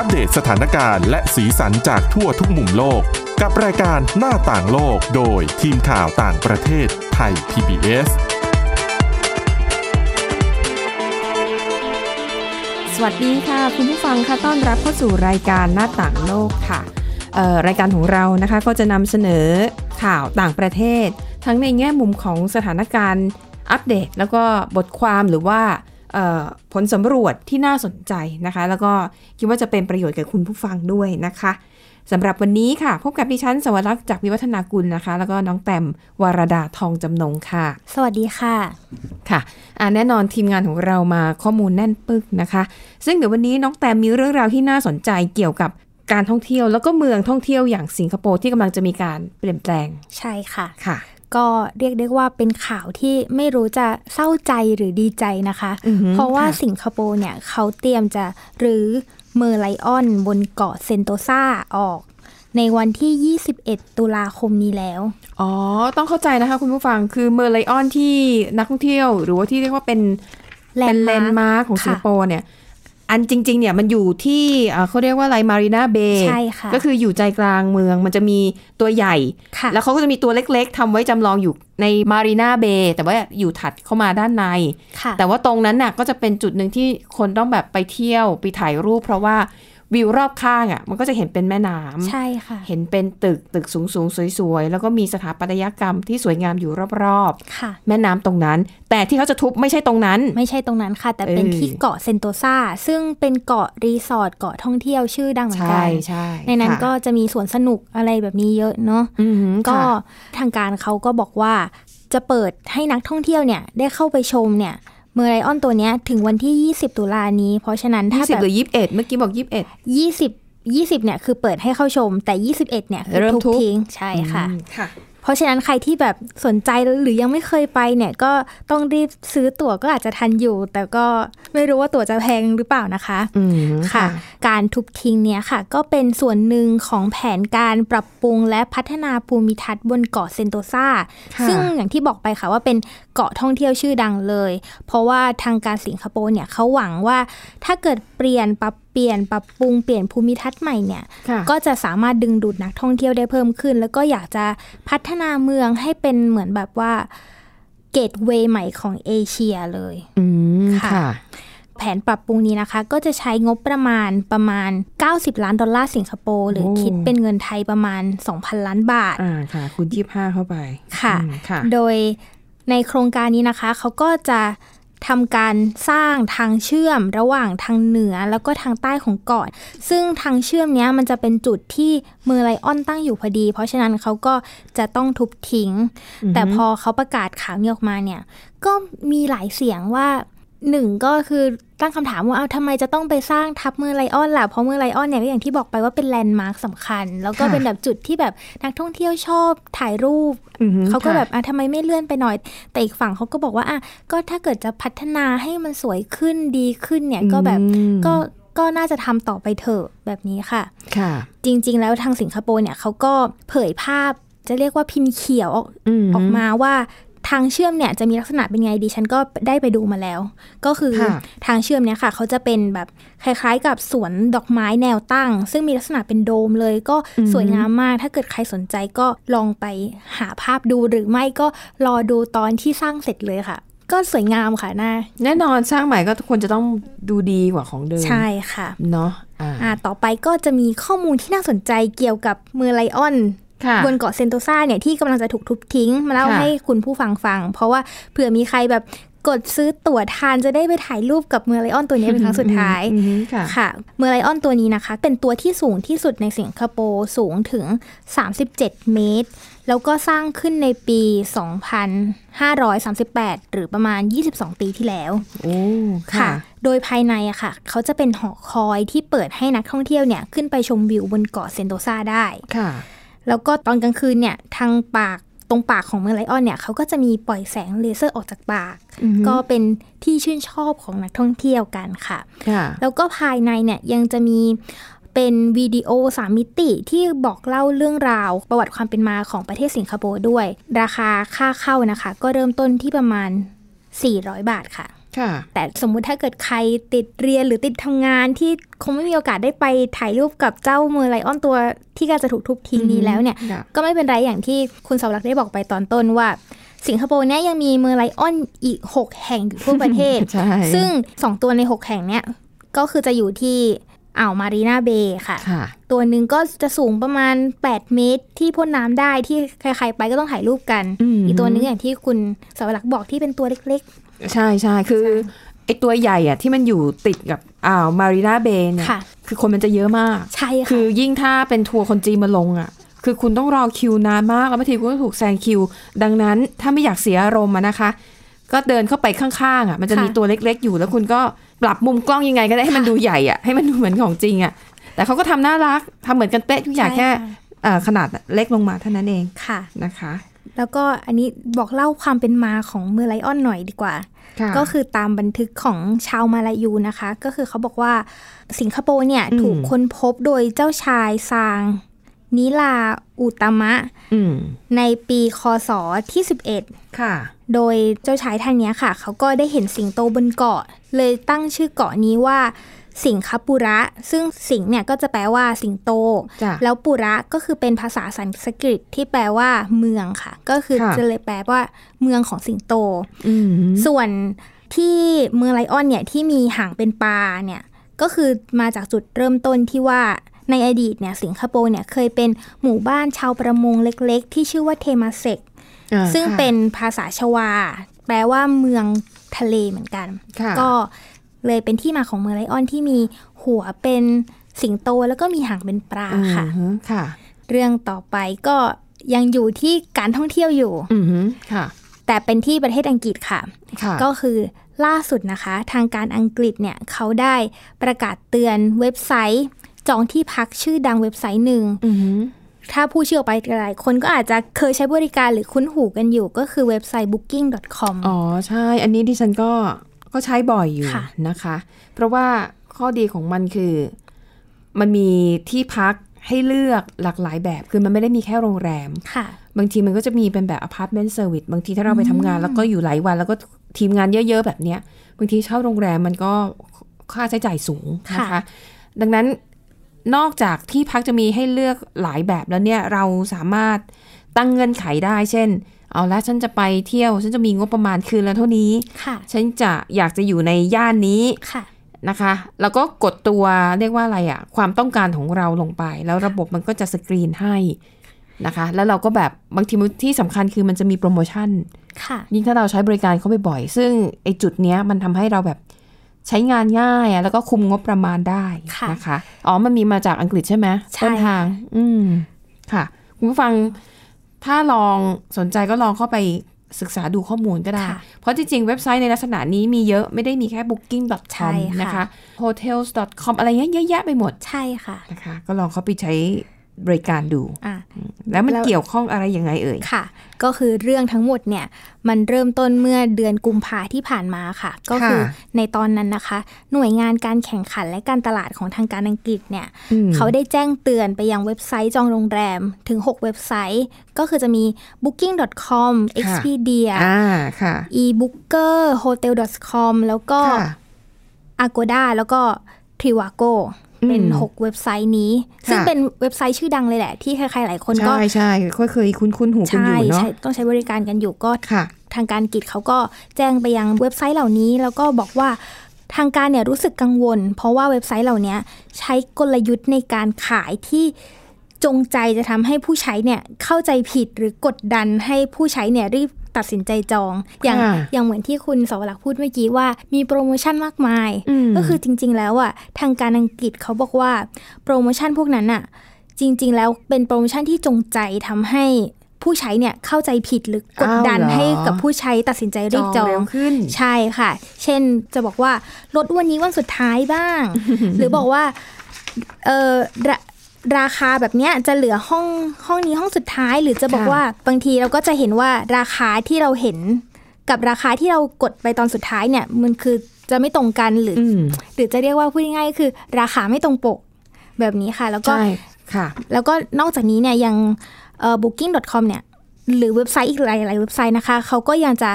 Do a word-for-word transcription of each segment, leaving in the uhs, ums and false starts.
อัปเดตสถานการณ์และสีสันจากทั่วทุกมุมโลกกับรายการหน้าต่างโลกโดยทีมข่าวต่างประเทศไทย พี บี เอสสวัสดีค่ะคุณผู้ฟังค่ะต้อนรับเข้าสู่รายการหน้าต่างโลกค่ะเอ่อรายการของเรานะคะก็จะนำเสนอข่าวต่างประเทศทั้งในแง่มุมของสถานการณ์อัปเดตแล้วก็บทความหรือว่าผลสำรวจที่น่าสนใจนะคะแล้วก็คิดว่าจะเป็นประโยชน์กับคุณผู้ฟังด้วยนะคะสำหรับวันนี้ค่ะพบกับดิฉันสวรักษ์จากวิวัฒนากุลนะคะแล้วก็น้องแต้มวรดาทองจำนงค่ะสวัสดีค่ะค่ะแน่นอนทีมงานของเรามาข้อมูลแน่นปึกนะคะซึ่งเดี๋ยววันนี้น้องแต้มมีเรื่องราวที่น่าสนใจเกี่ยวกับการท่องเที่ยวแล้วก็เมืองท่องเที่ยวอย่างสิงคโปร์ที่กำลังจะมีการเปลี่ยนแปลงใช่ค่ะค่ะก็เรียกได้ว่าเป็นข่าวที่ไม่รู้จะเศร้าใจหรือดีใจนะคะเพราะว่าสิงคโปร์เนี่ยเขาเตรียมจะรื้อเมอร์ไลออนบนเกาะเซนโตซาออกในวันที่ยี่สิบเอ็ดตุลาคมนี้แล้วอ๋อต้องเข้าใจนะคะคุณผู้ฟังคือเมอร์ไลออนที่นักท่องเที่ยวหรือว่าที่เรียกว่าเป็นเป็นแลนด์มาร์คของสิงคโปร์เนี่ยอันจริงๆเนี่ยมันอยู่ที่เขาเรียกว่าอะไรมารีนาเบย์ก็คืออยู่ใจกลางเมืองมันจะมีตัวใหญ่แล้วเขาก็จะมีตัวเล็กๆทำไว้จำลองอยู่ในมารีนาเบย์แต่ว่าอยู่ถัดเข้ามาด้านในแต่ว่าตรงนั้นน่ะก็จะเป็นจุดหนึ่งที่คนต้องแบบไปเที่ยวไปถ่ายรูปเพราะว่าวิวรอบข้างอ่ะมันก็จะเห็นเป็นแม่น้ำใช่ค่ะเห็นเป็นตึกตึกสูงๆสวยๆแล้วก็มีสถาปัตยกรรมที่สวยงามอยู่รอบๆแม่น้ำตรงนั้นแต่ที่เขาจะทุบไม่ใช่ตรงนั้นไม่ใช่ตรงนั้นค่ะแต่เป็นที่เกาะเซนโตซาซึ่งเป็นเกาะรีสอร์ทเกาะท่องเที่ยวชื่อดังเหมือนกันใช่ในนั้นก็จะมีสวนสนุกอะไรแบบนี้เยอะเนาะก็ทางการเขาก็บอกว่าจะเปิดให้นักท่องเที่ยวเนี่ยได้เข้าไปชมเนี่ยเมอร์ไลออนตัวเนี้ยถึงวันที่ยี่สิบตุลานี้เพราะฉะนั้นถ้าแบบยี่สิบหรือยี่สิบเอ็ดเมื่อกี้บอกยี่สิบเอ็ดยี่สิบ ยี่สิบเนี่ยคือเปิดให้เข้าชมแต่ยี่สิบเอ็ดเนี่ยคือทุบทิ้งใช่ค่ะค่ะเพราะฉะนั้นใครที่แบบสนใจหรือยังไม่เคยไปเนี่ยก็ต้องรีบซื้อตั๋วก็อาจจะทันอยู่แต่ก็ไม่รู้ว่าตั๋วจะแพงหรือเปล่านะคะค่ะการทุบทิ้งเนี่ยค่ะก็เป็นส่วนหนึ่งของแผนการปรับปรุงและพัฒนาภูมิทัศน์บนเกาะเซนโตซาซึ่งอย่างที่บอกไปค่ะว่าเป็นเกาะท่องเที่ยวชื่อดังเลยเพราะว่าทางการสิงคโปร์เนี่ยเขาหวังว่าถ้าเกิดเปลี่ยนปรับเปลี่ยนปรับปรุงเปลี่ยนภูมิทัศน์ใหม่เนี่ยก็จะสามารถดึงดูดนักท่องเที่ยวได้เพิ่มขึ้นแล้วก็อยากจะพัฒนาเมืองให้เป็นเหมือนแบบว่าเกตเวย์ใหม่ของเอเชียเลยค่ะแผนปรับปรุงนี้นะคะก็จะใช้งบประมาณประมาณเก้าสิบล้านดอลลาร์สิงคโปร์หรือคิดเป็นเงินไทยประมาณ สองพัน ล้านบาทอ่าค่ะคูณยี่สิบห้าเข้าไปค่ะโดยในโครงการนี้นะคะเขาก็จะทำการสร้างทางเชื่อมระหว่างทางเหนือแล้วก็ทางใต้ของเกาะซึ่งทางเชื่อมนี้มันจะเป็นจุดที่เมอร์ไลออนตั้งอยู่พอดีเพราะฉะนั้นเขาก็จะต้องทุบทิ้งแต่พอเขาประกาศข่าวนี้ออกมาเนี่ยก็มีหลายเสียงว่าหนึ่งก็คือตั้งคำถามว่าเอาทำไมจะต้องไปสร้างทับเมอร์ไลออนล่ะเพราะเมอร์ไลออนเนี่ยก็อย่างที่บอกไปว่าเป็นแลนด์มาร์คสำคัญแล้วก็เป็นแบบจุดที่แบบนักท่องเที่ยวชอบถ่ายรูปเขาก็แบบอ่ะทำไมไม่เลื่อนไปหน่อยแต่อีกฝั่งเขาก็บอกว่าอ่ะก็ถ้าเกิดจะพัฒนาให้มันสวยขึ้นดีขึ้นเนี่ยก็แบบก็ก็น่าจะทำต่อไปเถอะแบบนี้ค่ะจริงๆแล้วทางสิงคโปร์เนี่ยเขาก็เผยภาพจะเรียกว่าพิมพ์เขียวออก, ออกมาว่าทางเชื่อมเนี่ยจะมีลักษณะเป็นไงดิฉันก็ได้ไปดูมาแล้วก็คือทางเชื่อมเนี่ยค่ะเขาจะเป็นแบบคล้ายๆกับสวนดอกไม้แนวตั้งซึ่งมีลักษณะเป็นโดมเลยก็สวยงามมากถ้าเกิดใครสนใจก็ลองไปหาภาพดูหรือไม่ก็รอดูตอนที่สร้างเสร็จเลยค่ะก็สวยงามค่ะน่าแน่นอนสร้างใหม่ก็ควรจะต้องดูดีกว่าของเดิมใช่ค่ะเนาะอ่าต่อไปก็จะมีข้อมูลที่น่าสนใจเกี่ยวกับเมอร์ไลออนบนเกาะเซนโตซาเนี่ยที่กำลังจะถูกทุบทิ้งมาเล่าให้คุณผู้ฟังฟังเพราะว่าเผื่อมีใครแบบกดซื้อตั๋วทานจะได้ไปถ่ายรูปกับเมอร์ไลออนตัวนี้เป็นครั้งสุดท้ายค่ะเมอร์ไลออนตัวนี้นะคะเป็นตัวที่สูงที่สุดในสิงคโปร์สูงถึงสามสิบเจ็ดเมตรแล้วก็สร้างขึ้นในปีสองพันห้าร้อยสามสิบแปดหรือประมาณยี่สิบสองปีที่แล้วโอ้ค่ะโดยภายในอะค่ะเขาจะเป็นหอคอยที่เปิดให้นักท่องเที่ยวเนี่ยขึ้นไปชมวิวบนเกาะเซนโตซาได้ค่ะแล้วก็ตอนกลางคืนเนี่ยทางปากตรงปากของเมอร์ไลออนเนี่ยเขาก็จะมีปล่อยแสงเลเซอร์ออกจากปากก็เป็นที่ชื่นชอบของนักท่องเที่ยวกันค่ะแล้วก็ภายในเนี่ยยังจะมีเป็นวิดีโอสามมิติที่บอกเล่าเรื่องราวประวัติความเป็นมาของประเทศสิงคโปร์ด้วยราคาค่าเข้านะคะก็เริ่มต้นที่ประมาณสี่ร้อยบาทค่ะแต่สมมุติถ้าเกิดใครติดเรียนหรือติดทำงานที่คงไม่มีโอกาสได้ไปถ่ายรูปกับเจ้าเมอร์ไลออนตัวที่กำลังจะถูกทุบทิ้งนี้แล้วเนี่ยก็ไม่เป็นไรอย่างที่คุณเสาวรักษ์ได้บอกไปตอนต้นว่าสิงคโปร์เนี่ยยังมีเมอร์ไลออนอีกหกแห่งอยู่ทั่วประเทศ ซึ่งสองตัวในหกแห่งเนี่ยก็คือจะอยู่ที่อ่าวมารีนาเบย์ค่ะตัวหนึ่งก็จะสูงประมาณแปดเมตรที่พ่นน้ำได้ที่ใครๆไปก็ต้องถ่ายรูปกัน อ, อีกตัวนึงอย่างที่คุณเสาวรักษ์บอกที่เป็นตัวเล็กๆใช่ใช่คือไอตัวใหญ่อะที่มันอยู่ติดกับอ่าวมารีนาเบย์เนี่ยคือคนมันจะเยอะมากใช่ค่ะคือยิ่งถ้าเป็นทัวร์คนจีนมาลงอะคือคุณต้องรอคิวนานมากแล้วบางทีคุณก็ถูกแซงคิวดังนั้นถ้าไม่อยากเสียอารมณ์นะคะก็เดินเข้าไปข้างๆอ่ะมันจะมีตัวเล็กๆอยู่แล้วคุณก็ปรับมุมกล้องยังไงก็ได้ให้มันดูใหญ่อ่ะให้มันดูเหมือนของจริงอ่ะแต่เขาก็ทำน่ารักทำเหมือนกันเป๊ะทุกอย่างแค่ขนาดเล็กลงมาเท่านั้นเองค่ะนะคะแล้วก็อันนี้บอกเล่าความเป็นมาของเมอร์ไลออนหน่อยดีกว่าก็คือตามบันทึกของชาวมาลายูนะคะก็คือเขาบอกว่าสิงคโปร์เนี่ยถูกค้นพบโดยเจ้าชายซางนิลาอุตมะในปีคศที่สิบเอ็ดค่ะโดยเจ้าชายท่านนี้ค่ะเขาก็ได้เห็นสิงโตบนเกาะเลยตั้งชื่อเกาะนี้ว่าสิงคปุระซึ่งสิงเนี่ยก็จะแปลว่าสิงโตแล้วปุระก็คือเป็นภาษาสันสกฤตที่แปลว่าเมืองค่ะก็คือจะเลยแปลว่าเมืองของสิงโตส่วนที่เมืองไลออนเนี่ยที่มีหางเป็นปลาเนี่ยก็คือมาจากจุดเริ่มต้นที่ว่าในอดีตเนี่ยสิงคโปร์เนี่ยเคยเป็นหมู่บ้านชาวประมงเล็กๆที่ชื่อว่าเทมาเซกซึ่งเป็นภาษาชวาแปลว่าเมืองทะเลเหมือนกันก็เลยเป็นที่มาของเมอร์ไลออนที่มีหัวเป็นสิงโตแล้วก็มีหางเป็นปลาค่ะค่ะเรื่องต่อไปก็ยังอยู่ที่การท่องเที่ยวอยู่ค่ะแต่เป็นที่ประเทศอังกฤษค่ะก็คือล่าสุดนะคะทางการอังกฤษเนี่ยเขาได้ประกาศเตือนเว็บไซต์จองที่พักชื่อดังเว็บไซต์หนึ่งถ้าผู้เชื่อไปหลายคนก็อาจจะเคยใช้บริการหรือคุ้นหูกันอยู่ก็คือเว็บไซต์ บุ๊กกิ้ง ดอท คอมอ๋อใช่อันนี้ดิฉันก็ก็ใช้บ่อยอยู่นะคะเพราะว่าข้อดีของมันคือมันมีที่พักให้เลือกหลากหลายแบบคือมันไม่ได้มีแค่โรงแรมบางทีมันก็จะมีเป็นแบบอพาร์ตเมนต์เซอร์วิสบางทีถ้าเราไปทำงานแล้วก็อยู่หลายวันแล้วก็ทีมงานเยอะๆแบบเนี้ยบางทีเช่าโรงแรมมันก็ค่าใช้จ่ายสูงนะคะดังนั้นนอกจากที่พักจะมีให้เลือกหลายแบบแล้วเนี่ยเราสามารถตั้งเงื่อนไขได้เช่นเอาละฉันจะไปเที่ยวฉันจะมีงบประมาณคืนละเท่านี้ฉันจะอยากจะอยู่ในย่านนี้นะคะแล้วก็กดตัวเรียกว่าอะไรอะความต้องการของเราลงไปแล้วระบบมันก็จะสกรีนให้นะคะแล้วเราก็แบบบางทีที่สำคัญคือมันจะมีโปรโมชั่นยิ่งถ้าเราใช้บริการเขาบ่อยๆซึ่งไอ้จุดเนี้ยมันทำให้เราแบบใช้งานง่ายอะแล้วก็คุมงบประมาณได้นะคะอ๋อมันมีมาจากอังกฤษใช่ไหมต้นทางอืมค่ะคุณผู้ฟังถ้าลองสนใจก็ลองเข้าไปศึกษาดูข้อมูลก็ได้เพราะจริงๆเว็บไซต์ในลักษณะนี้มีเยอะไม่ได้มีแค่ บุ๊กกิ้ง ดอท คอม นะคะ โฮเทลส์ ดอท คอม อะไรเงี้ยเยอะแยะไปหมดใช่ค่ะนะคะก็ลองเข้าไปใช้บริการดูแล้วมันเกี่ยวข้องอะไรยังไงเอ่ยค่ะก็คือเรื่องทั้งหมดเนี่ยมันเริ่มต้นเมื่อเดือนกุมภาที่ผ่านมาค่ะก็คือในตอนนั้นนะคะหน่วยงานการแข่งขันและการตลาดของทางการอังกฤษเนี่ยเขาได้แจ้งเตือนไปยังเว็บไซต์จองโรงแรมถึงหกเว็บไซต์ก็คือจะมี บุ๊กกิ้ง ดอท คอม เอ็กซ์พีเดีย อีบุ๊กเกอร์ โฮเทล ดอท คอม แล้วก็ Agoda แล้วก็ Trivagoเป็นหกเว็บไซต์นี้ซึ่งเป็นเว็บไซต์ชื่อดังเลยแหละที่ใครๆหลายคนก็ใช่ใช่ค่อยเคยคุ้นๆหูกันอยู่เนาะต้องใช้บริการกันอยู่ก็ทางการอังกฤษเขาก็แจ้งไปยังเว็บไซต์เหล่านี้แล้วก็บอกว่าทางการเนี่ยรู้สึกกังวลเพราะว่าเว็บไซต์เหล่านี้ใช้กลยุทธ์ในการขายที่จงใจจะทำให้ผู้ใช้เนี่ยเข้าใจผิดหรือกดดันให้ผู้ใช้เนี่ยรีบตัดสินใจจองอย่างอย่างเหมือนที่คุณสวรักษ์พูดเมื่อกี้ว่ามีโปรโมชั่นมากมายก็คือจริงๆแล้วอ่ะทางการอังกฤษเขาบอกว่าโปรโมชั่นพวกนั้นอ่ะจริงๆแล้วเป็นโปรโมชั่นที่จงใจทำให้ผู้ใช้เนี่ยเข้าใจผิดหรือกดดันให้กับผู้ใช้ตัดสินใจรีบจองใช่ค่ะเช่นจะบอกว่าลดวันนี้วันสุดท้ายบ้าง หรือบอกว่าเออราคาแบบเนี้ยจะเหลือห้องห้องนี้ห้องสุดท้ายหรือจะบอกว่าบางทีเราก็จะเห็นว่าราคาที่เราเห็นกับราคาที่เรากดไปตอนสุดท้ายเนี่ยมันคือจะไม่ตรงกันหรือหรือจะเรียกว่าพูดง่ายๆคือราคาไม่ตรงปกแบบนี้ค่ะแล้วก็แล้วก็นอกจากนี้เนี่ยยังเอ่อ บุ๊กกิ้ง ดอท คอม เนี่ยหรือเว็บไซต์อีกหลายๆเว็บไซต์นะคะเขาก็ยังจะ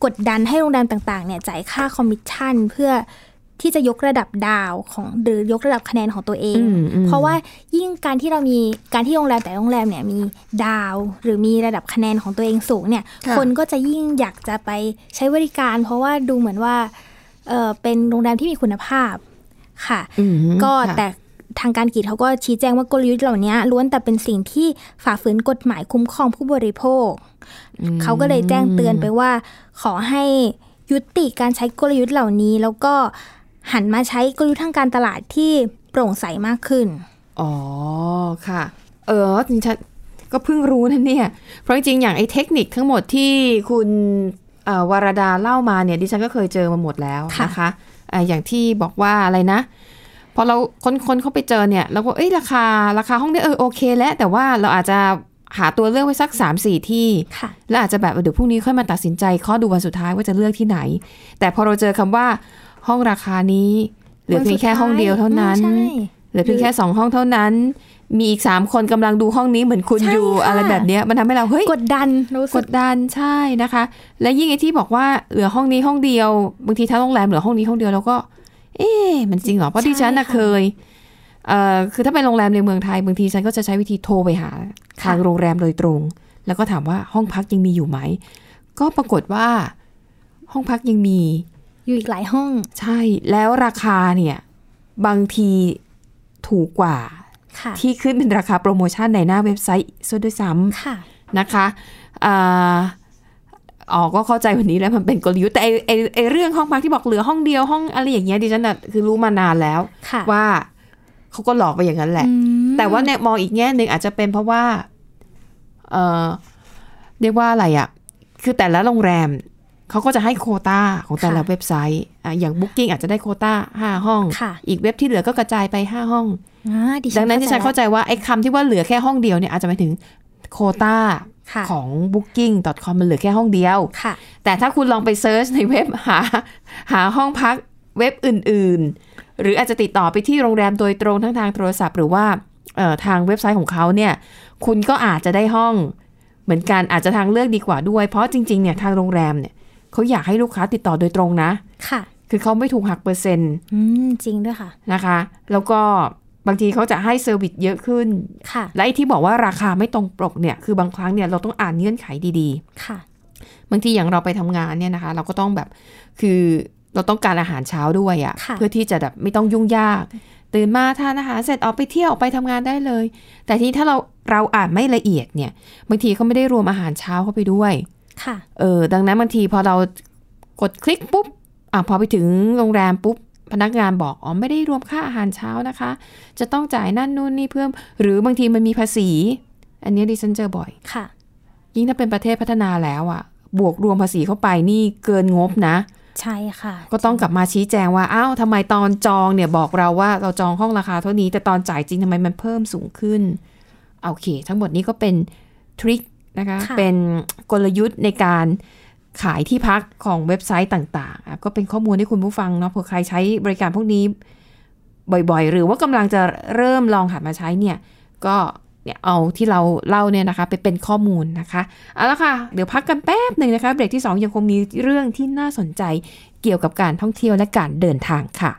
กดดันให้โรงแรมต่างๆเนี่ยจ่ายค่าคอมมิชชั่นเพื่อที่จะยกระดับดาวของหรือยกระดับคะแนนของตัวเองเพราะว่ายิ่งการที่เรามีการที่โรงแรมแต่โรงแรมเนี่ยมีดาวหรือมีระดับคะแนนของตัวเองสูงเนี่ยคนก็จะยิ่งอยากจะไปใช้บริการเพราะว่าดูเหมือนว่าเออเป็นโรงแรมที่มีคุณภาพค่ะก็แต่ทางการกีฬาเขาก็ชี้แจงว่ากลยุทธ์เหล่านี้ล้วนแต่เป็นสิ่งที่ฝ่าฝืนกฎหมายคุ้มครองผู้บริโภคเขาก็เลยแจ้งเตือนไปว่าขอให้ยุติการใช้กลยุทธ์เหล่านี้แล้วก็หันมาใช้กลยุทธ์ทางการตลาดที่โปร่งใสมากขึ้นอ๋อค่ะเออจริงๆก็เพิ่งรู้นะเนี่ยเพราะจริงๆอย่างไอ้เทคนิคทั้งหมดที่คุณวรดาเล่ามาเนี่ยดิฉันก็เคยเจอมาหมดแล้วนะคะอ่าอย่างที่บอกว่าอะไรนะพอเราคนคนเข้าไปเจอเนี่ยแล้วก็เอ้ยราคาราคาห้องนี้เออโอเคแล้วแต่ว่าเราอาจจะหาตัวเลือกไว้สัก สามสี่ ที่แล้วอาจจะแบบเดี๋ยวพรุ่งนี้ค่อยมาตัดสินใจข้อดูวันสุดท้ายว่าจะเลือกที่ไหนแต่พอเราเจอคำว่าห้องราคานี้เหลือเพียงแค่ห้องเดียวเท่านั้นเหลือเพียงแค่สองห้องเท่านั้นมีอีกสามคนกำลังดูห้องนี้เหมือนคุณอยู่อะไรแบบนี้มันทำให้เราเฮ้ยกดดันกดดันใช่นะคะและยิ่งไอ้ที่บอกว่าเหลือห้องนี้ห้องเดียวบางทีถ้าโรงแรมเหลือห้องนี้ห้องเดียวเราก็เอ๊ะมันจริงเหรอเพราะที่ฉันน่ะเคยเอ่อคือถ้าเป็นโรงแรมในเมืองไทยบางทีฉันก็จะใช้วิธีโทรไปหาทางโรงแรมโดยตรงแล้วก็ถามว่าห้องพักยังมีอยู่ไหมก็ปรากฏว่าห้องพักยังมีอยู่อีกหลายห้องใช่แล้วราคาเนี่ยบางทีถูกกว่าที่ขึ้นเป็นราคาโปรโมชั่นในหน้าเว็บไซต์ซะด้วยซ้ำนะคะอ่าอ๋อก็เข้าใจวันนี้แล้วมันเป็นกลยุทธ์แต่ไอไอไอเรื่องห้องพักที่บอกเหลือห้องเดียวห้องอะไรอย่างเงี้ยดิฉันน่ะคือรู้มานานแล้วว่าเขาก็หลอกไปอย่างนั้นแหละแต่ว่าเนี่ยมองอีกแง่นึงอาจจะเป็นเพราะว่าเออเรียกว่าอะไรอ่ะคือแต่ละโรงแรมเขาก็จะให้โควต้าของแต่ละเว็บไซต์อ่ะอย่าง Booking อาจจะได้โควต้าห้าห้องอีกเว็บที่เหลือก็กระจายไปห้าห้องดังนั้นที่ฉันเข้าใจว่าไอ้คำที่ว่าเหลือแค่ห้องเดียวเนี่ยอาจจะหมายถึงโควต้าของ บุ๊กกิ้ง ดอท คอม มันเหลือแค่ห้องเดียวแต่ถ้าคุณลองไปเซิร์ชในเว็บหาหาห้องพักเว็บอื่นๆหรืออาจจะติดต่อไปที่โรงแรมโดยตรงทั้งทางโทรศัพท์หรือว่าเอ่อทางเว็บไซต์ของเขาเนี่ยคุณก็อาจจะได้ห้องเหมือนกันอาจจะทางเลือกดีกว่าด้วยเพราะจริงๆเนี่ยทางโรงแรมเนี่ยเขาอยากให้ลูกค้าติดต่อโดยตรงนะค่ะคือเขาไม่ถูกหักเปอร์เซ็นต์อืมจริงด้วยค่ะนะคะแล้วก็บางทีเขาจะให้เซอร์วิสเยอะขึ้นและไอ้ที่บอกว่าราคาไม่ตรงปกเนี่ยคือบางครั้งเนี่ยเราต้องอ่านเงื่อนไขดีๆค่ะบางทีอย่างเราไปทำงานเนี่ยนะคะเราก็ต้องแบบคือเราต้องการอาหารเช้าด้วยอะ่ะเพื่อที่จะแบบไม่ต้องยุ่งยากตื่นมาทานอาหารเสร็จออกไปเที่ยวออกไปทำงานได้เลยแต่ทีนี้ถ้าเราเราอ่านไม่ละเอียดเนี่ยบางทีเขาไม่ได้รวมอาหารเช้าเข้าไปด้วยค่ะเออดังนั้นบางทีพอเรากดคลิกปุ๊บอ่ะพอไปถึงโรงแรมปุ๊บพนักงานบอกอ๋อไม่ได้รวมค่าอาหารเช้านะคะจะต้องจ่ายนั่นนู่นนี่เพิ่มหรือบางทีมันมีภาษีอันนี้ดิฉันเจอบ่อยค่ะยิ่งถ้าเป็นประเทศพัฒนาแล้วอ่ะบวกรวมภาษีเข้าไปนี่เกินงบนะใช่ค่ะก็ต้องกลับมาชี้แจงว่าอ้าวทำไมตอนจองเนี่ยบอกเราว่าเราจองห้องราคาเท่านี้แต่ตอนจ่ายจริงทำไมมันเพิ่มสูงขึ้นโอเคทั้งหมดนี้ก็เป็นทริคนะคะเป็นกลยุทธ์ในการขายที่พักของเว็บไซต์ต่างๆก็เป็นข้อมูลให้คุณผู้ฟังเนาะเผื่อใครใช้บริการพวกนี้บ่อยๆหรือว่ากำลังจะเริ่มลองหัดมาใช้เนี่ยก็เนี่ยเอาที่เราเล่าเนี่ยนะคะไปเป็นข้อมูลนะคะเอาละค่ะเดี๋ยวพักกันแป๊บหนึ่งนะคะเบรกที่สองยังคงมีเรื่องที่น่าสนใจเกี่ยวกับการท่องเที่ยวและการเดินทางค่ะ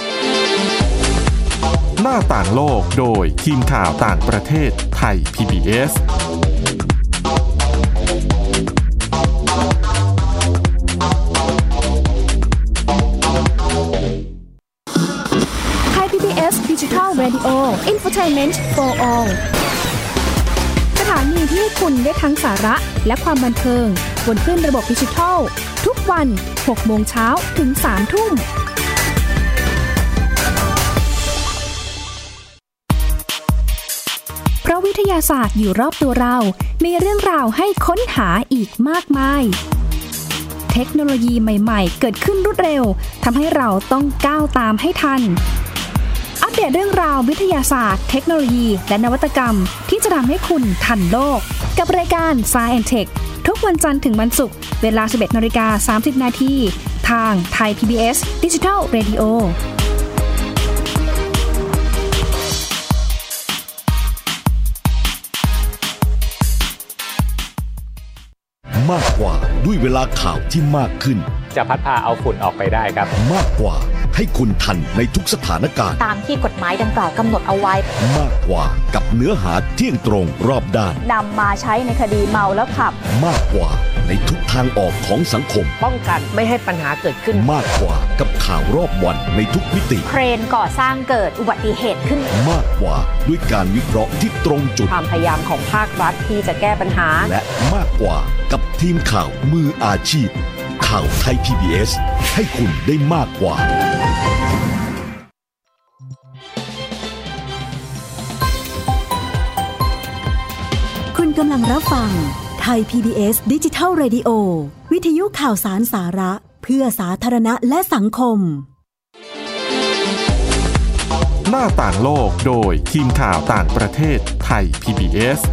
หน้าต่างโลกโดยทีมข่าวต่างประเทศไทย พี บี เอส Digital Radio Infotainment for All สถานีที่คุณได้ทั้งสาระและความบันเทิงบนคลื่นระบบดิจิทัลทุกวัน หกโมงเช้าถึง สามทุ่มเพราะวิทยาศาสตร์อยู่รอบตัวเรามีเรื่องราวให้ค้นหาอีกมากมายเทคโนโลยีใหม่ๆเกิดขึ้นรวดเร็วทำให้เราต้องก้าวตามให้ทันอัปเดตเรื่องราววิทยาศาสตร์เทคโนโลยีและนวัตกรรมที่จะทำให้คุณทันโลกกับรายการ Science and Tech ทุกวันจันทร์ถึงวันศุกร์เวลา สิบเอ็ดนาฬิกาสามสิบนาทีทางไทย พี บี เอส Digital Radio มากกว่าด้วยเวลาข่าวที่มากขึ้นจะพัดพาเอาฝุ่นออกไปได้ครับมากกว่าให้คุณทันในทุกสถานการณ์ตามที่กฎหมายดังกล่าวกำหนดเอาไว้มากกว่ากับเนื้อหาเที่ยงตรงรอบด้านนำมาใช้ในคดีเมาแล้วขับมากกว่าในทุกทางออกของสังคมป้องกันไม่ให้ปัญหาเกิดขึ้นมากกว่ากับข่าวรอบวันในทุกมิติเครนก่อสร้างเกิดอุบัติเหตุขึ้นมากกว่าด้วยการวิเคราะห์ที่ตรงจุดความพยายามของภาครัฐที่จะแก้ปัญหาและมากกว่ากับทีมข่าวมืออาชีพข่าวไทย พี บี เอส ให้คุณได้มากกว่าคุณกำลังรับฟังไทย พี บี เอส Digital Radio วิทยุข่าวสารสาระเพื่อสาธารณะและสังคมหน้าต่างโลกโดยทีมข่าวต่างประเทศไทย พี บี เอส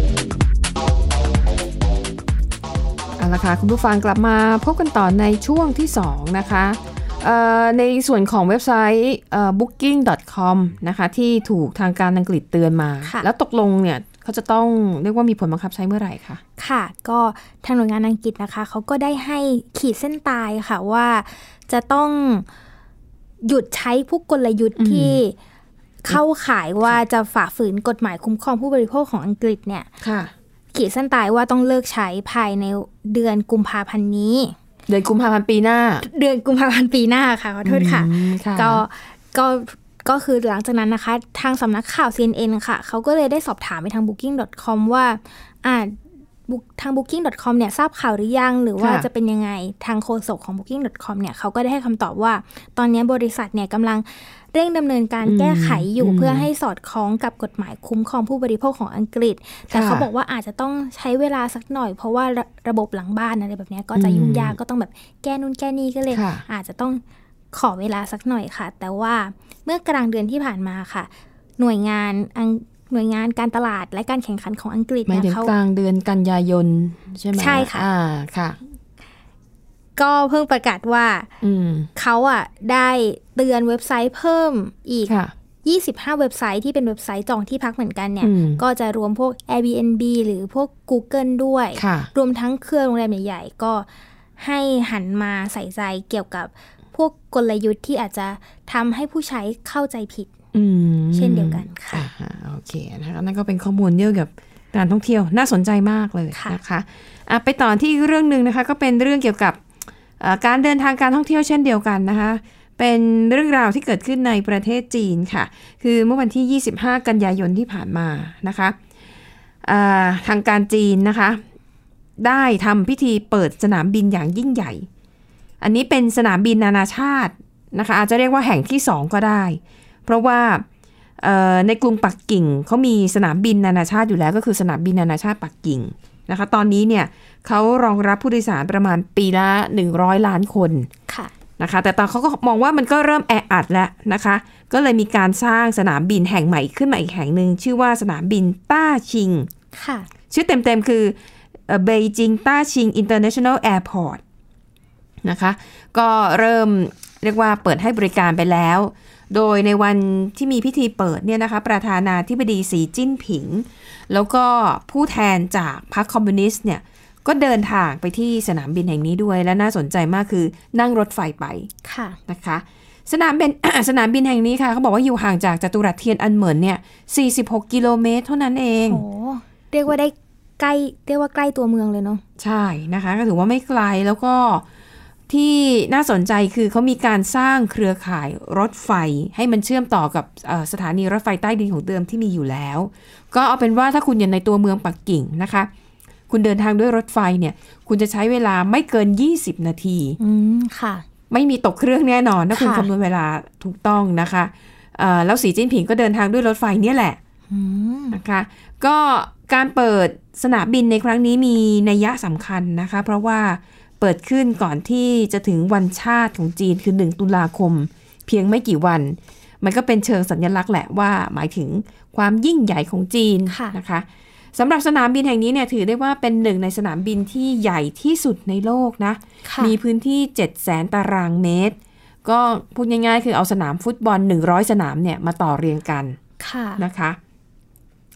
เอาละค่ะคุณผู้ฟังกลับมาพบกันต่อในช่วงที่สองนะคะในส่วนของเว็บไซต์ บุ๊กกิ้ง ดอท คอม นะคะที่ถูกทางการอังกฤษเตือนมาแล้วตกลงเนี่ยเขาจะต้องเรียกว่ามีผลบังคับใช้เมื่อไหร่คะค่ะก็ทางหน่วยงานอังกฤษนะคะเขาก็ได้ให้ขีดเส้นตายค่ะว่าจะต้องหยุดใช้พวกกลยุทธ์ที่เข้าข่ายว่าจะฝ่าฝืนกฎหมายคุ้มครองผู้บริโภคของอังกฤษเนี่ยขีดเส้นตายว่าต้องเลิกใช้ภายในเดือนกุมภาพันธ์นี้เดือนกุมภาพันธ์ปีหน้าเดือนกุมภาพันธ์ปีหน้าค่ะขอโทษค่ะก็ก็ก็คือหลังจากนั้นนะคะทางสำนักข่าว ซี เอ็น เอ็น ค่ะเขาก็เลยได้สอบถามไปทาง บุ๊กกิ้ง ดอท คอม ว่าอ่าทาง บุ๊กกิ้ง ดอท คอม เนี่ยทราบข่าวหรือยังหรือว่าจะเป็นยังไงทางโฆษกของ บุ๊กกิ้ง ดอท คอม เนี่ยเขาก็ได้ให้คำตอบว่าตอนนี้บริษัทเนี่ยกำลังเร่งดำเนินการแก้ไขอยู่เพื่อให้สอดคล้องกับกฎหมายคุ้มครองผู้บริโภคของอังกฤษแต่เขาบอกว่าอาจจะต้องใช้เวลาสักหน่อยเพราะว่าระ, ระบบหลังบ้านอะไรแบบนี้ก็จะยุ่งยากก็ต้องแบบแก้นู่นแก้นี่ก็เลยอาจจะต้องขอเวลาสักหน่อยค่ะแต่ว่าเมื่อกลางเดือนที่ผ่านมาค่ะหน่วยงานหน่วยงานการตลาดและการแข่งขันของอังกฤษเนี่ยเขากลางเดือนกันยายนใช่ไหมใช่ค่ะอ่าค่ะก็เพิ่งประกาศว่าเขาอ่ะได้เตือนเว็บไซต์เพิ่มอีกยี่สิบห้าเว็บไซต์ที่เป็นเว็บไซต์จองที่พักเหมือนกันเนี่ยก็จะรวมพวก Airbnb หรือพวก Google ด้วยรวมทั้งเครือโรงแรมใหญ่ๆก็ให้หันมาใส่ใจเกี่ยวกับพวกกลยุทธ์ที่อาจจะทำให้ผู้ใช้เข้าใจผิดเช่นเดียวกันค่ะโอเคนะคะนั่นก็เป็นข้อมูลเกี่ยวกับการท่องเที่ยวน่าสนใจมากเลยนะคะอ่ะไปต่อที่เรื่องนึงนะคะก็เป็นเรื่องเกี่ยวกับการเดินทางการท่องเที่ยวเช่นเดียวกันนะคะเป็นเรื่องราวที่เกิดขึ้นในประเทศจีนค่ะคือเมื่อวันที่ยี่สิบห้ากันยายนที่ผ่านมานะคะทางการจีนนะคะได้ทำพิธีเปิดสนามบินอย่างยิ่งใหญ่อันนี้เป็นสนามบินนานาชาตินะคะอาจจะเรียกว่าแห่งที่สองก็ได้เพราะว่าในกรุงปักกิ่งเขามีสนามบินนานาชาติอยู่แล้วก็คือสนามบินนานาชาติปักกิ่งนะคะตอนนี้เนี่ยเขารองรับผู้โดยสารประมาณปีละหนึ่งร้อยล้านคนค่ะนะคะแต่ตอนเขาก็มองว่ามันก็เริ่มแออัดแล้วนะคะก็เลยมีการสร้างสนามบินแห่งใหม่ขึ้นมาอีกแห่งหนึ่งชื่อว่าสนามบินต้าชิงค่ะชื่อเต็มๆคือเบจิงต้าชิง International Airport นะคะก็เริ่มเรียกว่าเปิดให้บริการไปแล้วโดยในวันที่มีพิธีเปิดเนี่ยนะคะประธานาธิบดีสีจิ้นผิงแล้วก็ผู้แทนจากพรรคคอมมิวนิสต์เนี่ยก็เดินทางไปที่สนามบินแห่งนี้ด้วยและน่าสนใจมากคือนั่งรถไฟไปค่ะนะคะสนามบิน สนามบินแห่งนี้ค่ะเขาบอกว่าอยู่ห่างจากจัตุรัสเทียนอันเหมินเนี่ยสี่สิบหกกิโลเมตรเท่านั้นเองโอ้เรียกว่าได้ใกล้เรียกว่าใกล้ตัวเมืองเลยเนาะใช่นะคะก็ถือว่าไม่ไกลแล้วก็ที่น่าสนใจคือเขามีการสร้างเครือข่ายรถไฟให้มันเชื่อมต่อกับสถานีรถไฟใต้ดินของเดิมที่มีอยู่แล้วก็เอาเป็นว่าถ้าคุณอยู่ในตัวเมืองปักกิ่งนะคะคุณเดินทางด้วยรถไฟเนี่ยคุณจะใช้เวลาไม่เกินยี่สิบนาทีอืมค่ะไม่มีตกเครื่องแน่นอนถ้าคุณคำนวณเวลาถูกต้องนะคะแล้วสีจิ้นผิงก็เดินทางด้วยรถไฟเนี่ยแหละนะคะก็การเปิดสนามบินในครั้งนี้มีนัยยะสำคัญนะคะเพราะว่าเปิดขึ้นก่อนที่จะถึงวันชาติของจีนคือหนึ่งตุลาคมเพียงไม่กี่วันมันก็เป็นเชิงสัญลักษณ์แหละว่าหมายถึงความยิ่งใหญ่ของจีนนะคะสำหรับสนามบินแห่งนี้เนี่ยถือได้ว่าเป็นหนึ่งในสนามบินที่ใหญ่ที่สุดในโลกนะมีพื้นที่ เจ็ดแสน ตารางเมตรก็พูดง่ายๆคือเอาสนามฟุตบอลหนึ่งร้อยสนามเนี่ยมาต่อเรียงกันนะคะ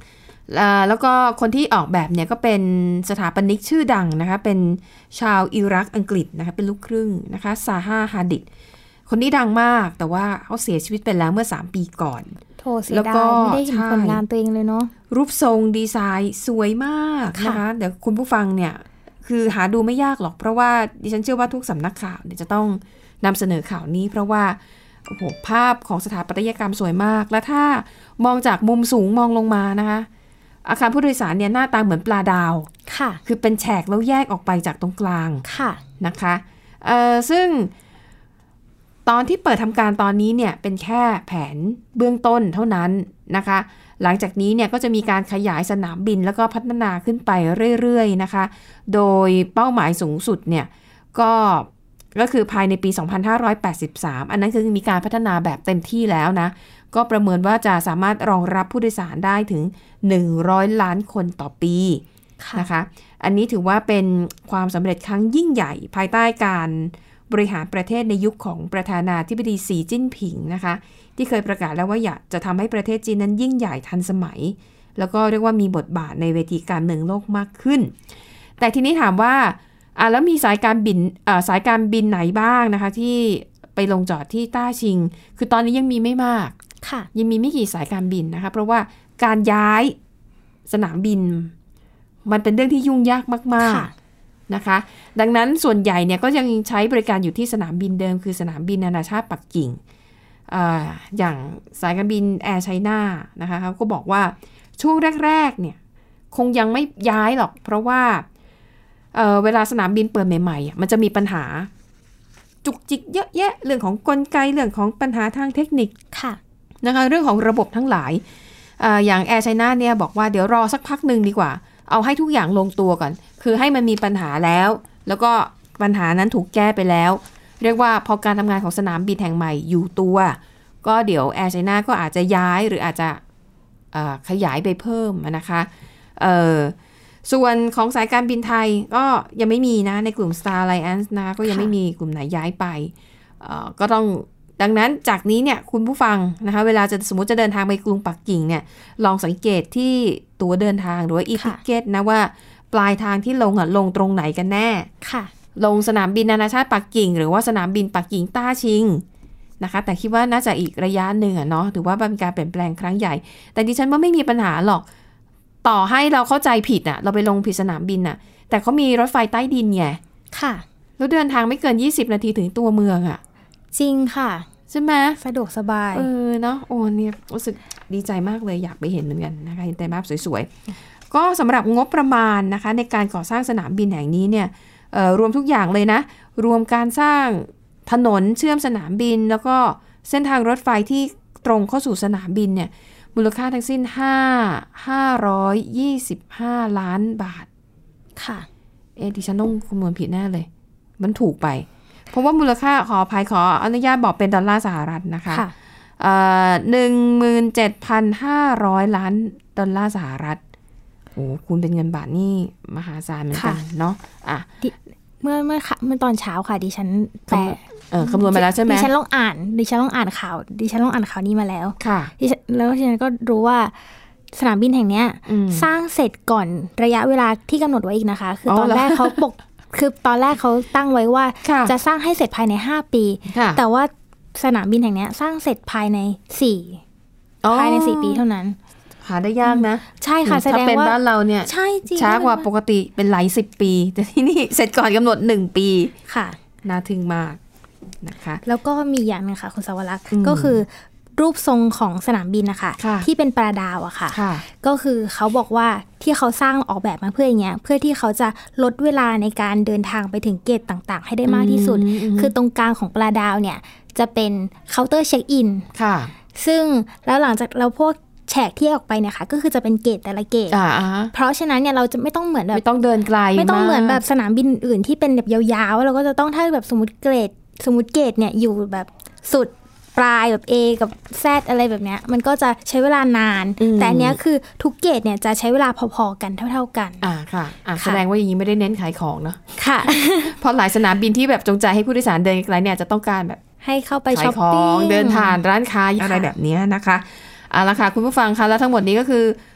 แล้วก็คนที่ออกแบบเนี่ยก็เป็นสถาปนิกชื่อดังนะคะเป็นชาวอิรักอังกฤษนะคะเป็นลูกครึ่งนะคะซาฮาฮาดิดคนนี้ดังมากแต่ว่าเขาเสียชีวิตไปแล้วเมื่อสามปีก่อนโถเสียดายไม่ได้เห็นผลงานตัวเองเลยเนาะรูปทรงดีไซน์สวยมากนะคะเดี๋ยวคุณผู้ฟังเนี่ยคือหาดูไม่ยากหรอกเพราะว่าดิฉันเชื่อว่าทุกสำนักข่าวเนี่ยจะต้องนำเสนอข่าวนี้เพราะว่าโอ้โหภาพของสถาปัตยกรรมสวยมากและถ้ามองจากมุมสูงมองลงมานะคะอาคารผู้โดยสารเนี่ยหน้าตาเหมือนปลาดาวค่ะคือเป็นแฉกแล้วแยกออกไปจากตรงกลางค่ะนะคะเอ่อซึ่งตอนที่เปิดทำการตอนนี้เนี่ยเป็นแค่แผนเบื้องต้นเท่านั้นนะคะหลังจากนี้เนี่ยก็จะมีการขยายสนามบินแล้วก็พัฒนาขึ้นไปเรื่อยๆนะคะโดยเป้าหมายสูงสุดเนี่ยก็ก็คือภายในปีสองพันห้าร้อยแปดสิบสามอันนั้นคือมีการพัฒนาแบบเต็มที่แล้วนะก็ประเมินว่าจะสามารถรองรับผู้โดยสารได้ถึงหนึ่งร้อยล้านคนต่อปีนะคะอันนี้ถือว่าเป็นความสำเร็จครั้งยิ่งใหญ่ภายใต้การบริหารประเทศในยุคของประธานาธิบดีสีจิ้นผิงนะคะที่เคยประกาศแล้วว่าอยากจะทำให้ประเทศจีนนั้นยิ่งใหญ่ทันสมัยแล้วก็เรียกว่ามีบทบาทในเวทีการเมืองโลกมากขึ้นแต่ทีนี้ถามว่าอ่ะแล้วมีสายการบินอ่าสายการบินไหนบ้างนะคะที่ไปลงจอดที่ต้าชิงคือตอนนี้ยังมีไม่มากยังมีไม่กี่สายการบินนะคะเพราะว่าการย้ายสนามบินมันเป็นเรื่องที่ยุ่งยากมากๆนะคะดังนั้นส่วนใหญ่เนี่ยก็ยังใช้บริการอยู่ที่สนามบินเดิมคือสนามบินนานาชาติปักกิ่ง อ, อย่างสายการบินแอร์ไชน่านะคะเขาก็บอกว่าช่วงแรกๆเนี่ยคงยังไม่ย้ายหรอกเพราะว่า เ, เวลาสนามบินเปิดใหม่ๆมันจะมีปัญหาจุกจิกเยอะแยะเรื่องของกลไกเรื่องของปัญหาทางเทคนิคค่ะนะคะเรื่องของระบบทั้งหลาย อ, อย่างแอร์ไชน่าเนี่ยบอกว่าเดี๋ยวรอสักพักหนึ่งดีกว่าเอาให้ทุกอย่างลงตัวก่อนคือให้มันมีปัญหาแล้วแล้วก็ปัญหานั้นถูกแก้ไปแล้วเรียกว่าพอการทำงานของสนามบินแห่งใหม่อยู่ตัวก็เดี๋ยวแอร์ไชน่าก็อาจจะย้ายหรืออาจจะขยายไปเพิ่มนะคะส่วนของสายการบินไทยก็ยังไม่มีนะในกลุ่ม Star Alliance นะก็ยังไม่มีกลุ่มไหนย้ายไปก็ต้องดังนั้นจากนี้เนี่ยคุณผู้ฟังนะคะเวลาจะสมมติจะเดินทางไปกรุงปักกิ่งเนี่ยลองสังเกตที่ตั๋วเดินทางหรือว่า e-ticket นะว่าปลายทางที่ลงอ่ะลงตรงไหนกันแน่ค่ะลงสนามบินนานาชาติปักกิ่งหรือว่าสนามบินปักกิ่งต้าชิงนะคะแต่คิดว่าน่าจะอีกระยะหนึ่งอ่ะเนาะถือว่าเป็นการเปลี่ยนแปลงครั้งใหญ่แต่ดิฉันว่าไม่มีปัญหาหรอกต่อให้เราเข้าใจผิดอ่ะเราไปลงผิดสนามบินอ่ะแต่เขามีรถไฟใต้ดินไงค่ะแล้วเดินทางไม่เกินยี่สิบนาทีถึงตัวเมืองอ่ะจริงค่ะใช่ไหมสะดวกสบายเออเนาะโอ้เนี่ยรู้สึกดีใจมากเลยอยากไปเห็นเหมือนกันนะคะเห็นแต่ภาพสวยๆก็สำหรับงบประมาณนะคะในการก่อสร้างสนามบินแห่งนี้เนี่ยรวมทุกอย่างเลยนะรวมการสร้างถนนเชื่อมสนามบินแล้วก็เส้นทางรถไฟที่ตรงเข้าสู่สนามบินเนี่ยมูลค่าทั้งสิ้นห้าร้อยยี่สิบห้าล้านบาทค่ะเอ๊ะดิฉันต้องคำนวณผิดแน่เลยมันถูกไปเพราะว่ามูลค่าขออภัยขออนุญาตบอกเป็นดอลลาร์สหรัฐนะคะหนึ่งหมื่นเจ็ดพันห้าร้อยล้านดอลลาร์สหรัฐโอ้คุณเป็นเงินบาทนี่มหาศาลเหมือนกันเนาะอ่ะเมื่อเมื่อเมื่อตอนเช้าค่ะดิฉันแต่เออคำนวณมาแล้วใช่ไหมดิฉันลองอ่านดิฉันลองอ่านข่าวดิฉันลองอ่านข่าวนี้มาแล้วค่ะแล้วดิฉันก็รู้ว่าสนามบินแห่งเนี้ยสร้างเสร็จก่อนระยะเวลาที่กำหนดไว้อีกนะคะคือตอนแรกเขาปกคือตอนแรกเขาตั้งไว้ว่าจะสร้างให้เสร็จภายในห้าปีแต่ว่าสนามบินแห่งนี้สร้างเสร็จภายในสี่ภายในสี่ปีเท่านั้นหาได้ยากนะใช่ค่ะแสดงว่าถ้าเป็นบ้านเราเนี่ยใช่จริงช้ากว่าปกติเป็นหลายสิบปีแต่ที่นี่เสร็จก่อนกำหนดหนึ่งปีค่ะน่าทึ่งมากนะคะแล้วก็มีอย่างนึงค่ะคุณสวรักษ์ก็คือรูปทรงของสนามบินนะคะที่เป็นปลาดาวอะค่ะก็คือเขาบอกว่าที่เขาสร้างออกแบบมาเพื่ออย่างเงี้ยเพื่อที่เขาจะลดเวลาในการเดินทางไปถึงเกตต่างๆให้ได้มากที่สุดคือตรงกลางของปลาดาวเนี่ยจะเป็นเคาน์เตอร์เช็คอินซึ่งแล้วหลังจากเราพวกแฉกที่ออกไปเนี่ยค่ะก็คือจะเป็นเกตแต่ละเกตเพราะฉะนั้นเนี่ยเราจะไม่ต้องเหมือนแบบไม่ต้องเดินไกลไม่ต้องเหมือนแบบสนามบินอื่นที่เป็นแบบยาวๆเราก็จะต้องถ้าแบบสมมติเกตสมมติเกตเนี่ยอยู่แบบสุดปลายแบบ A กับ Z อะไรแบบเนี้ยมันก็จะใช้เวลานานแต่อันเนี้ยคือทุกเกตเนี่ยจะใช้เวลาพอๆกันเท่าๆกันอ่าค่ะอ่าแสดงว่าอย่างนี้ไม่ได้เน้นขายของเนาะค่ะเพราะหลายสนามบินที่แบบจงใจให้ผู้โดยสารเดินไกลเนี่ยจะต้องการแบบให้เข้าไปช้อปปิ้งเดินผ่านร้านค้าอะไรแบบนี้นะคะเอาละค่ะคุณผู้ฟังคะแล้วทั้งหมดนี้ก็คือ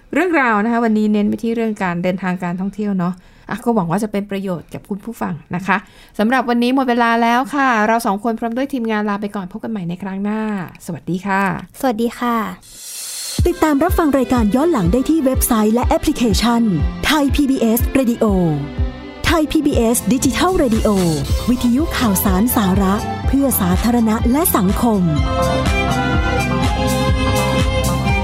เรื่องราวนะคะวันนี้เน้นไปที่เรื่องการเดินทางการท่องเที่ยวเนาะอ่ะก็หวังว่าจะเป็นประโยชน์กับคุณผู้ฟังนะคะสำหรับวันนี้หมดเวลาแล้วค่ะเราสองคนพร้อมด้วยทีมงานลาไปก่อนพบกันใหม่ในครั้งหน้าสวัสดีค่ะสวัสดีค่ะติดตามรับฟังรายการย้อนหลังได้ที่เว็บไซต์และแอปพลิเคชัน Thai พี บี เอส Radio Thai พี บี เอส Digital Radio วิทยุข่าวสารสาระเพื่อสาธารณะและสังคม